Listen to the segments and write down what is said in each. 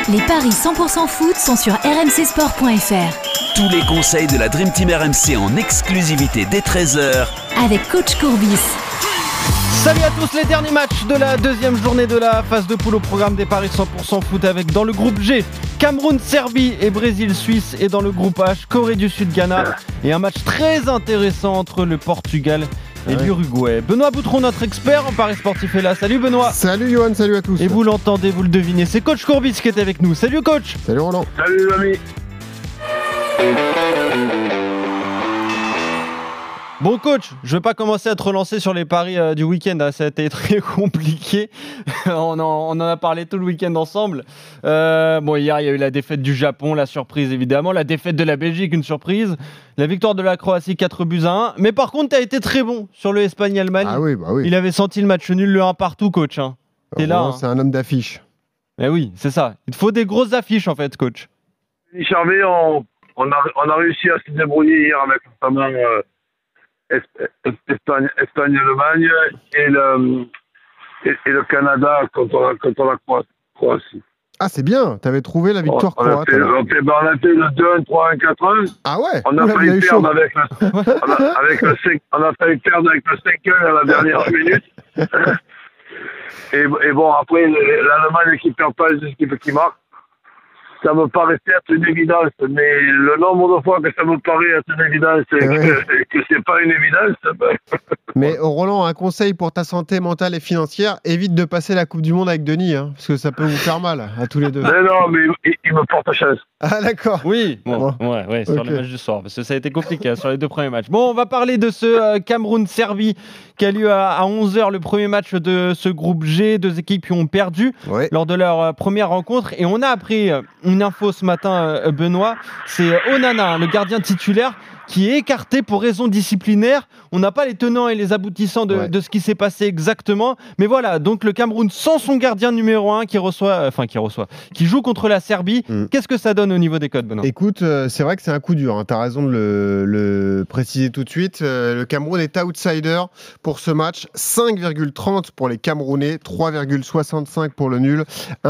Les paris 100% foot sont sur rmcsport.fr. Tous les conseils de la Dream Team RMC en exclusivité dès 13h Avec coach Courbis. Salut à tous, les derniers matchs de la deuxième journée de la phase de poule au programme des paris 100% foot avec dans le groupe G, Cameroun, Serbie et Brésil, Suisse, et dans le groupe H, Corée du Sud, Ghana, et un match très intéressant entre le Portugal et l'Uruguay. Benoît Boutron, notre expert en paris sportif, est là. Salut Benoît. Salut Johan, salut à tous. Et vous l'entendez, vous le devinez, c'est coach Courbis qui est avec nous. Salut coach. Salut Roland. Salut les amis. Bon coach, je vais pas commencer à te relancer sur les paris du week-end, hein. Ça a été très compliqué. on en a parlé tout le week-end ensemble. Bon, hier il y a eu la défaite du Japon, la surprise évidemment, la défaite de la Belgique, une surprise, la victoire de la Croatie 4-1. Mais par contre, tu as été très bon sur le Espagne-Allemagne. Ah oui, bah oui. Il avait senti le match nul, le 1 partout coach. Hein. T'es là. Hein. C'est un homme d'affiche. Mais oui, c'est ça. Il te faut des grosses affiches en fait, coach. Charvet, on a réussi à se débrouiller hier avec notamment Espagne-Allemagne et le Canada contre la Croatie. Ah, c'est bien, t'avais trouvé la victoire croate. On a fait le 2-1, 3-1, 4-1. Ah ouais. On a failli perdre avec le 5-1 à la dernière minute. Et bon, après, l'Allemagne qui perd pas, les équipes qui marquent. Ça me paraissait être une évidence, mais le nombre de fois que ça me paraît être une évidence et que c'est pas une évidence. Mais Roland, un conseil pour ta santé mentale et financière, évite de passer la Coupe du Monde avec Denis, hein, parce que ça peut vous faire mal à tous les deux. Mais non, mais il me porte chance. Ah d'accord. Oui, bon. Ouais, sur le match du soir, parce que ça a été compliqué hein, sur les deux premiers matchs. Bon, on va parler de ce Cameroun-Serbie qui a lieu à 11h, le premier match de ce groupe G, deux équipes qui ont perdu lors de leur première rencontre. Et on a appris une info ce matin, Benoît, c'est Onana, le gardien titulaire, qui est écarté pour raison disciplinaire. On n'a pas les tenants et les aboutissants de ce qui s'est passé exactement. Mais voilà, donc le Cameroun sans son gardien numéro 1 qui joue contre la Serbie. Qu'est-ce que ça donne au niveau des codes, Benoît ? Écoute, c'est vrai que c'est un coup dur. Hein. Tu as raison de le préciser tout de suite. Le Cameroun est outsider pour ce match. 5,30 pour les Camerounais, 3,65 pour le nul,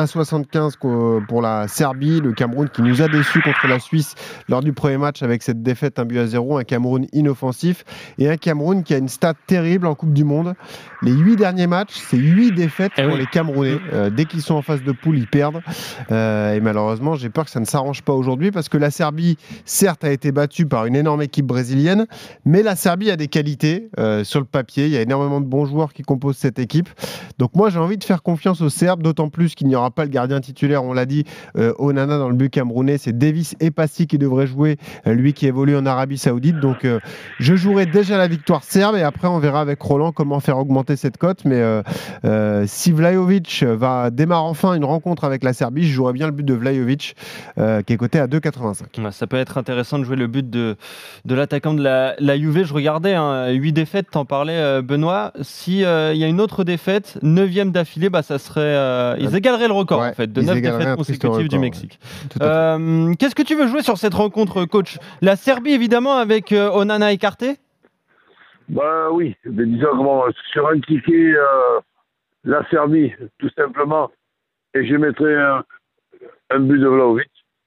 1,75 pour la Serbie. Le Cameroun qui nous a déçus contre la Suisse lors du premier match avec cette défaite 1-0, un Cameroun inoffensif et un Cameroun qui a une stat terrible en Coupe du Monde. Les 8 derniers matchs, c'est 8 défaites pour les Camerounais. Dès qu'ils sont en phase de poule, ils perdent. Et malheureusement, j'ai peur que ça ne s'arrange pas aujourd'hui parce que la Serbie, certes, a été battue par une énorme équipe brésilienne, mais la Serbie a des qualités sur le papier. Il y a énormément de bons joueurs qui composent cette équipe. Donc moi, j'ai envie de faire confiance aux Serbes, d'autant plus qu'il n'y aura pas le gardien titulaire. On l'a dit, Onana dans le but camerounais, c'est Davis Epassi qui devrait jouer, lui qui évolue en Arabie Saoudite. Donc je jouerai déjà la victoire serbe et après on verra avec Roland comment faire augmenter cette cote. Mais si Vlahovic démarre enfin une rencontre avec la Serbie, je jouerai bien le but de Vlahovic qui est coté à 2,85. Ça peut être intéressant de jouer le but de l'attaquant de la Juve. Je regardais 8 défaites, t'en parlais Benoît. Si il y a une autre défaite, 9e d'affilée, ça serait ils égaleraient le record en fait de 9 défaites consécutives du Mexique. Qu'est-ce que tu veux jouer sur cette rencontre, coach ? La Serbie évidemment avec Onana écarté ? Bah oui, mais disons que sur un ticket, la Serbie, tout simplement, et je mettrai un but de Vlahovic.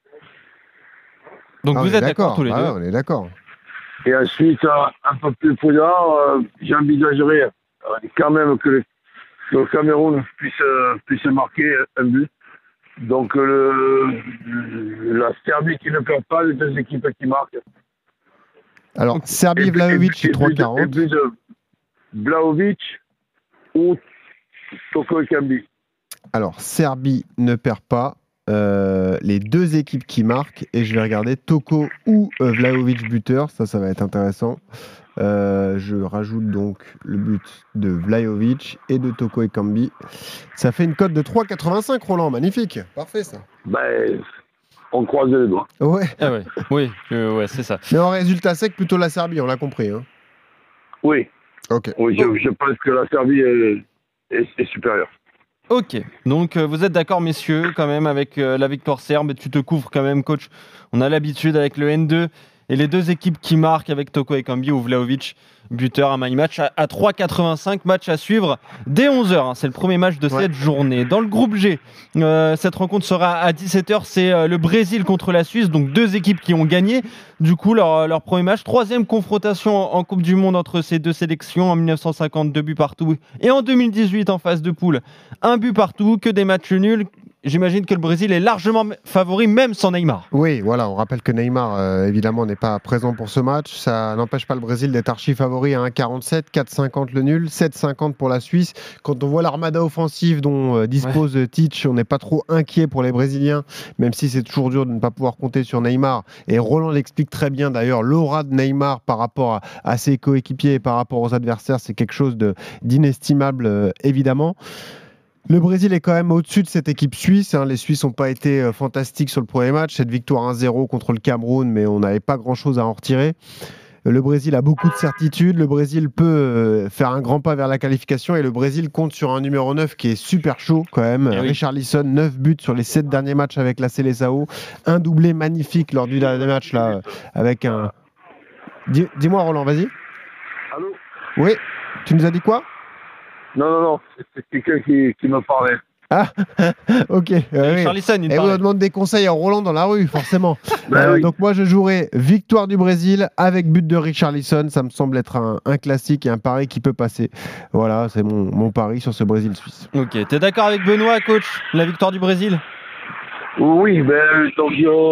Donc vous êtes d'accord tous les deux ? On est d'accord. Et ensuite, un peu plus prudent, j'envisagerais quand même que le Cameroun puisse marquer un but. Donc la Serbie qui ne perd pas, les deux équipes qui marquent. Alors, Serbie, Vlahovic, c'est 3,40. Et but de Vlahovic ou Toko Ekambi. Alors, Serbie ne perd pas. Les deux équipes qui marquent. Et je vais regarder Toko ou Vlahovic buteur. Ça va être intéressant. Je rajoute donc le but de Vlahovic et de Toko Ekambi. Ça fait une cote de 3,85, Roland. Magnifique. Parfait, ça. On croise les doigts. Ouais. Oui, c'est ça. Mais en résultat sec, plutôt la Serbie, on l'a compris. Hein. Oui. Ok. Oui, je pense que la Serbie est supérieure. Ok, donc vous êtes d'accord messieurs quand même avec la victoire serbe, tu te couvres quand même coach, on a l'habitude avec le N2 Et les deux équipes qui marquent avec Toko Ekambi ou Vlahovic, buteur à my match à 3,85, match à suivre dès 11h. C'est le premier match de cette journée. Dans le groupe G, cette rencontre sera à 17h. C'est le Brésil contre la Suisse, donc deux équipes qui ont gagné. Du coup, leur premier match, troisième confrontation en Coupe du Monde entre ces deux sélections. En 1950, 2 buts partout. Et en 2018, en phase de poule, 1 but partout, que des matchs nuls. J'imagine que le Brésil est largement favori, même sans Neymar. Oui, voilà, on rappelle que Neymar, évidemment, n'est pas présent pour ce match. Ça n'empêche pas le Brésil d'être archi favori à 1,47, 4,50 le nul, 7,50 pour la Suisse. Quand on voit l'armada offensive dont dispose Tite, on n'est pas trop inquiet pour les Brésiliens, même si c'est toujours dur de ne pas pouvoir compter sur Neymar. Et Roland l'explique très bien, d'ailleurs, l'aura de Neymar par rapport à ses coéquipiers et par rapport aux adversaires, c'est quelque chose d'inestimable, évidemment. Le Brésil est quand même au-dessus de cette équipe suisse. Les Suisses n'ont pas été fantastiques sur le premier match. Cette victoire 1-0 contre le Cameroun, mais on n'avait pas grand-chose à en retirer. Le Brésil a beaucoup de certitudes. Le Brésil peut faire un grand pas vers la qualification et le Brésil compte sur un numéro 9 qui est super chaud quand même. Richarlison, 9 buts sur les 7 derniers matchs avec la Seleção. Un doublé magnifique lors du dernier match là, avec un... Dis-moi Roland, vas-y. Allô ? Oui, tu nous as dit quoi ? Non, c'est quelqu'un qui me parlait. Ah, ok. Richarlison, et on demande des conseils à Roland dans la rue, forcément. Oui. Donc moi, je jouerai victoire du Brésil avec but de Richarlison. Ça me semble être un classique et un pari qui peut passer. Voilà, c'est mon pari sur ce Brésil-Suisse. Ok, t'es d'accord avec Benoît, coach, la victoire du Brésil ? Oui, donc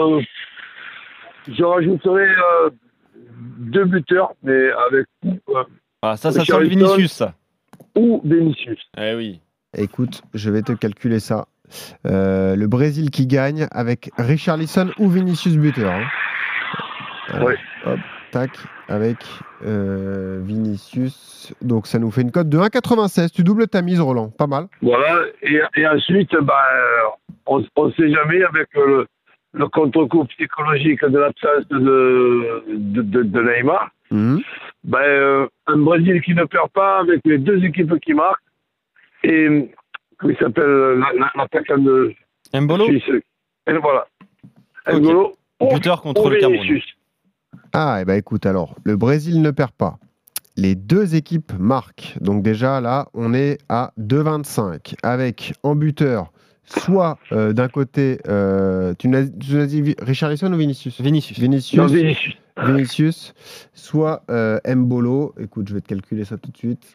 je rajouterai 2 buteurs, mais avec... ça sent le Vinicius, ça. Ou Vinicius. Eh oui. Écoute, je vais te calculer ça. Le Brésil qui gagne avec Richarlison ou Vinicius buteur. Oui. Hop, tac, avec Vinicius. Donc ça nous fait une cote de 1,96. Tu doubles ta mise, Roland. Pas mal. Voilà. Et ensuite, on ne sait jamais avec le contre-coup psychologique de l'absence de Neymar. Un Brésil qui ne perd pas avec les deux équipes qui marquent et comment il s'appelle l'attaquant de Mbolo. Et voilà. Okay. Mbolo. Buteur contre le Cameroun. Ah, et écoute, alors, le Brésil ne perd pas. Les deux équipes marquent. Donc déjà, là, on est à 2,25 avec en buteur soit d'un côté, tu nous as dit Richarlison ou Vinicius ? Vinicius, soit Mbolo. Écoute, je vais te calculer ça tout de suite.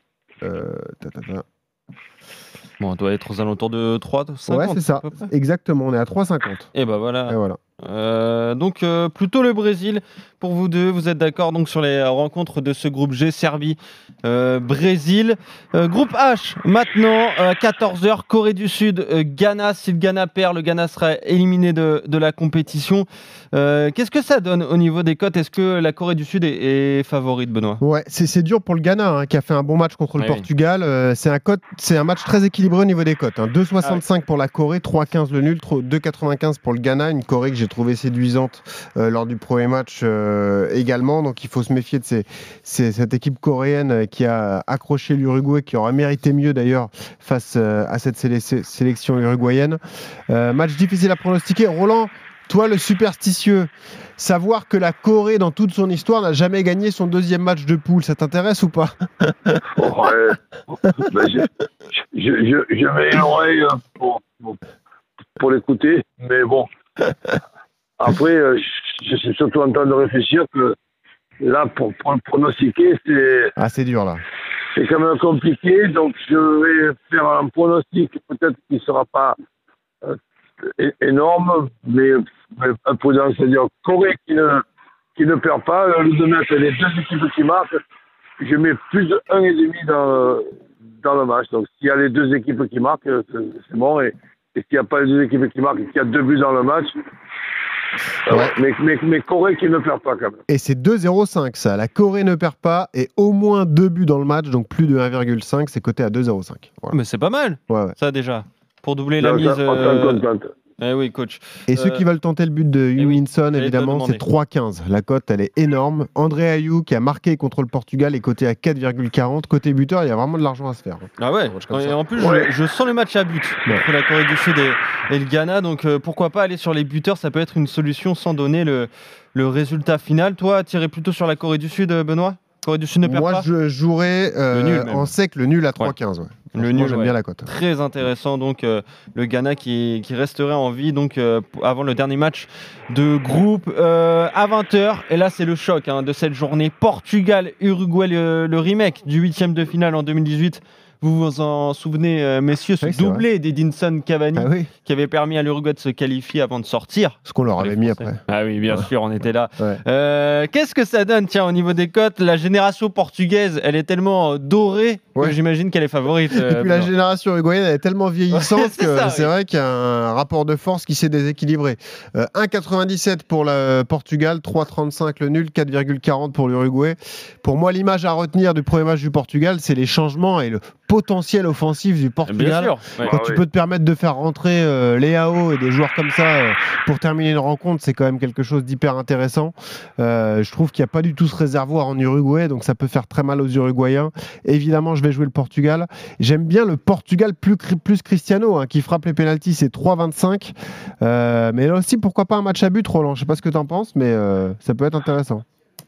Bon, on doit être aux alentours de 3,50. Ouais, c'est ça. Exactement, on est à 3,50. Et voilà. Donc, plutôt le Brésil pour vous deux. Vous êtes d'accord donc sur les rencontres de ce groupe G, Serbie, Brésil. Groupe H, maintenant, 14h, Corée du Sud, Ghana. Si le Ghana perd, le Ghana sera éliminé de la compétition. Qu'est-ce que ça donne au niveau des cotes ? Est-ce que la Corée du Sud est favorite, Benoît ? Ouais, c'est dur pour le Ghana qui a fait un bon match contre le Portugal. C'est un match très équilibré au niveau des cotes. 2,65 pour la Corée, 3,15 le nul, 2,95 pour le Ghana. Une Corée que j'ai trouvée séduisante lors du premier match également. Donc il faut se méfier de cette équipe coréenne qui a accroché l'Uruguay, qui aura mérité mieux d'ailleurs face à cette sélection uruguayenne. Match difficile à pronostiquer. Roland, toi le superstitieux, savoir que la Corée dans toute son histoire n'a jamais gagné son deuxième match de poule, ça t'intéresse ou pas ? Je mets l'oreille pour l'écouter, mais bon. Après, je suis surtout en train de réfléchir que là, pour le pronostiquer, c'est dur là. C'est quand même compliqué, donc je vais faire un pronostic peut-être qui ne sera pas énorme, mais un prudent, c'est-à-dire Corée qui ne perd pas, le de mettre les deux équipes qui marquent, je mets plus de 1,5 dans le match. Donc s'il y a les deux équipes qui marquent, c'est bon, et s'il n'y a pas les deux équipes qui marquent et qu'il y a 2 buts dans le match, mais Corée qui ne perd pas quand même. Et c'est 2,05 ça. La Corée ne perd pas et au moins 2 buts dans le match, donc plus de 1,5, c'est coté à 2,05. Voilà. Mais c'est pas mal, ça déjà, pour doubler la mise. Eh oui, coach. Et ceux qui veulent tenter le but de Huminson, évidemment, c'est 3,15. La cote, elle est énorme. André Ayew, qui a marqué contre le Portugal, est coté à 4,40. Côté buteur, il y a vraiment de l'argent à se faire. Ah ouais, et en plus, je sens le match à but entre la Corée du Sud et le Ghana. Donc pourquoi pas aller sur les buteurs, ça peut être une solution sans donner le résultat final. Toi, tirer plutôt sur la Corée du Sud, Benoît? Corée du Sud ne perd pas. Moi, je jouerais en sec le nul à 3,15. Ouais. Le nul, j'aime bien la cote. Très intéressant, donc le Ghana qui resterait en vie donc, avant le dernier match de groupe à 20h. Et là, c'est le choc de cette journée. Portugal-Uruguay, le remake du 8e de finale en 2018. Vous vous en souvenez, messieurs, ce doublé d'Edinson Cavani qui avait permis à l'Uruguay de se qualifier avant de sortir. Ce qu'on leur avait mis après. Ah oui, bien sûr, on était là. Qu'est-ce que ça donne, tiens, au niveau des cotes? La génération portugaise, elle est tellement dorée que j'imagine qu'elle est favorite. Et puis la génération uruguayenne, elle est tellement vieillissante que c'est vrai qu'il y a un rapport de force qui s'est déséquilibré. 1,97 pour le Portugal, 3,35 le nul, 4,40 pour l'Uruguay. Pour moi, l'image à retenir du premier match du Portugal, c'est les changements et le potentiel offensif du Portugal. Bien sûr, quand tu peux te permettre de faire rentrer Leao et des joueurs comme ça pour terminer une rencontre, c'est quand même quelque chose d'hyper intéressant. Je trouve qu'il n'y a pas du tout ce réservoir en Uruguay, donc ça peut faire très mal aux Uruguayens. Évidemment, je vais jouer le Portugal. J'aime bien le Portugal plus Cristiano qui frappe les pénaltys, c'est 3,25. Mais là aussi, pourquoi pas un match à but, Roland? Je ne sais pas ce que tu en penses, mais ça peut être intéressant.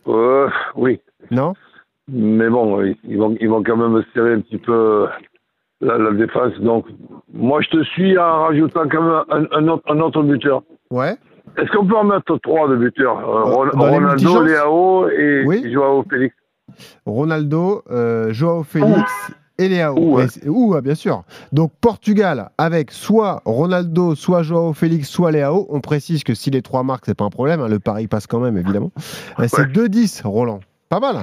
Oui. Non? Mais bon, ils vont quand même serrer un petit peu la défense. Donc, moi, je te suis en rajoutant quand même un autre buteur. Ouais. Est-ce qu'on peut en mettre 3 de buteurs? Ronaldo, Leao et Joao Félix. Ronaldo, Joao Félix et Leao. Bien sûr. Donc, Portugal avec soit Ronaldo, soit Joao Félix, soit Leao. On précise que si les 3 marquent, c'est pas un problème. Le pari passe quand même, évidemment. C'est 2,10, Roland. Pas mal.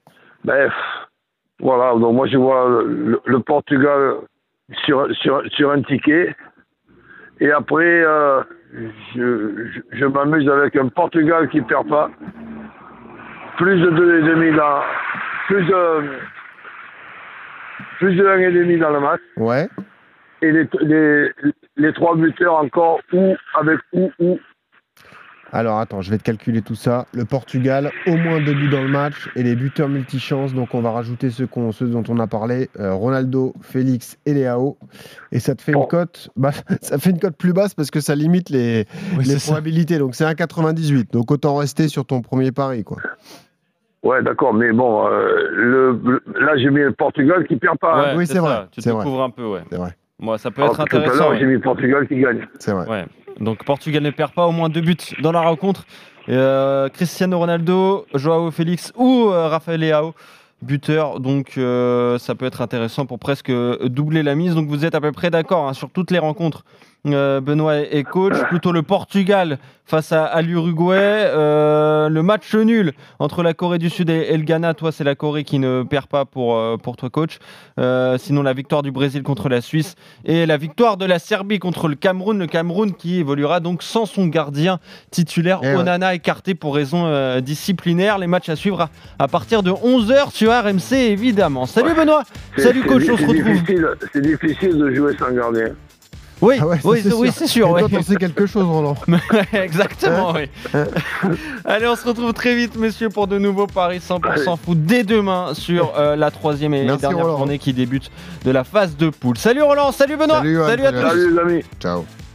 Voilà, donc moi je vois le Portugal sur un ticket et après je m'amuse avec un Portugal qui perd pas, plus de 2,5 dans plus de 1,5 dans le match. Ouais. Et les 3 buteurs encore ou. Alors attends, je vais te calculer tout ça. Le Portugal, au moins 2 buts dans le match et les buteurs multichances. Donc on va rajouter ceux dont on a parlé, Ronaldo, Félix et Leao. Et ça te fait une cote, ça fait une cote plus basse parce que ça limite les probabilités. Donc c'est 1,98. Donc autant rester sur ton premier pari, quoi. Ouais, d'accord, mais bon, là j'ai mis le Portugal qui perd pas. Oui, c'est vrai. Tu te couvres un peu, C'est vrai. Moi, ça peut être intéressant. Tout à l'heure, j'ai mis le Portugal qui gagne. C'est vrai. Ouais. Donc Portugal ne perd pas, au moins 2 buts dans la rencontre. Cristiano Ronaldo, Joao Félix ou Rafael Leao, buteur. Donc ça peut être intéressant pour presque doubler la mise. Donc vous êtes à peu près d'accord sur toutes les rencontres. Benoît et coach, plutôt le Portugal face à l'Uruguay, le match nul entre la Corée du Sud et le Ghana. Toi, c'est la Corée qui ne perd pas pour toi, coach. Sinon, la victoire du Brésil contre la Suisse et la victoire de la Serbie contre le Cameroun qui évoluera donc sans son gardien titulaire, Onana, écarté pour raison disciplinaire. Les matchs à suivre à partir de 11h sur RMC, évidemment. Salut Benoît, salut coach, on se retrouve. C'est difficile de jouer sans gardien. Oui, c'est sûr. Toi, t'en sais quelque chose, Roland. Exactement, oui. Allez, on se retrouve très vite, messieurs, pour de nouveaux paris 100% foot dès demain sur la 3e et dernière journée qui débute de la phase de poule. Salut Roland, salut Benoît, salut à tous. Salut les amis. Ciao.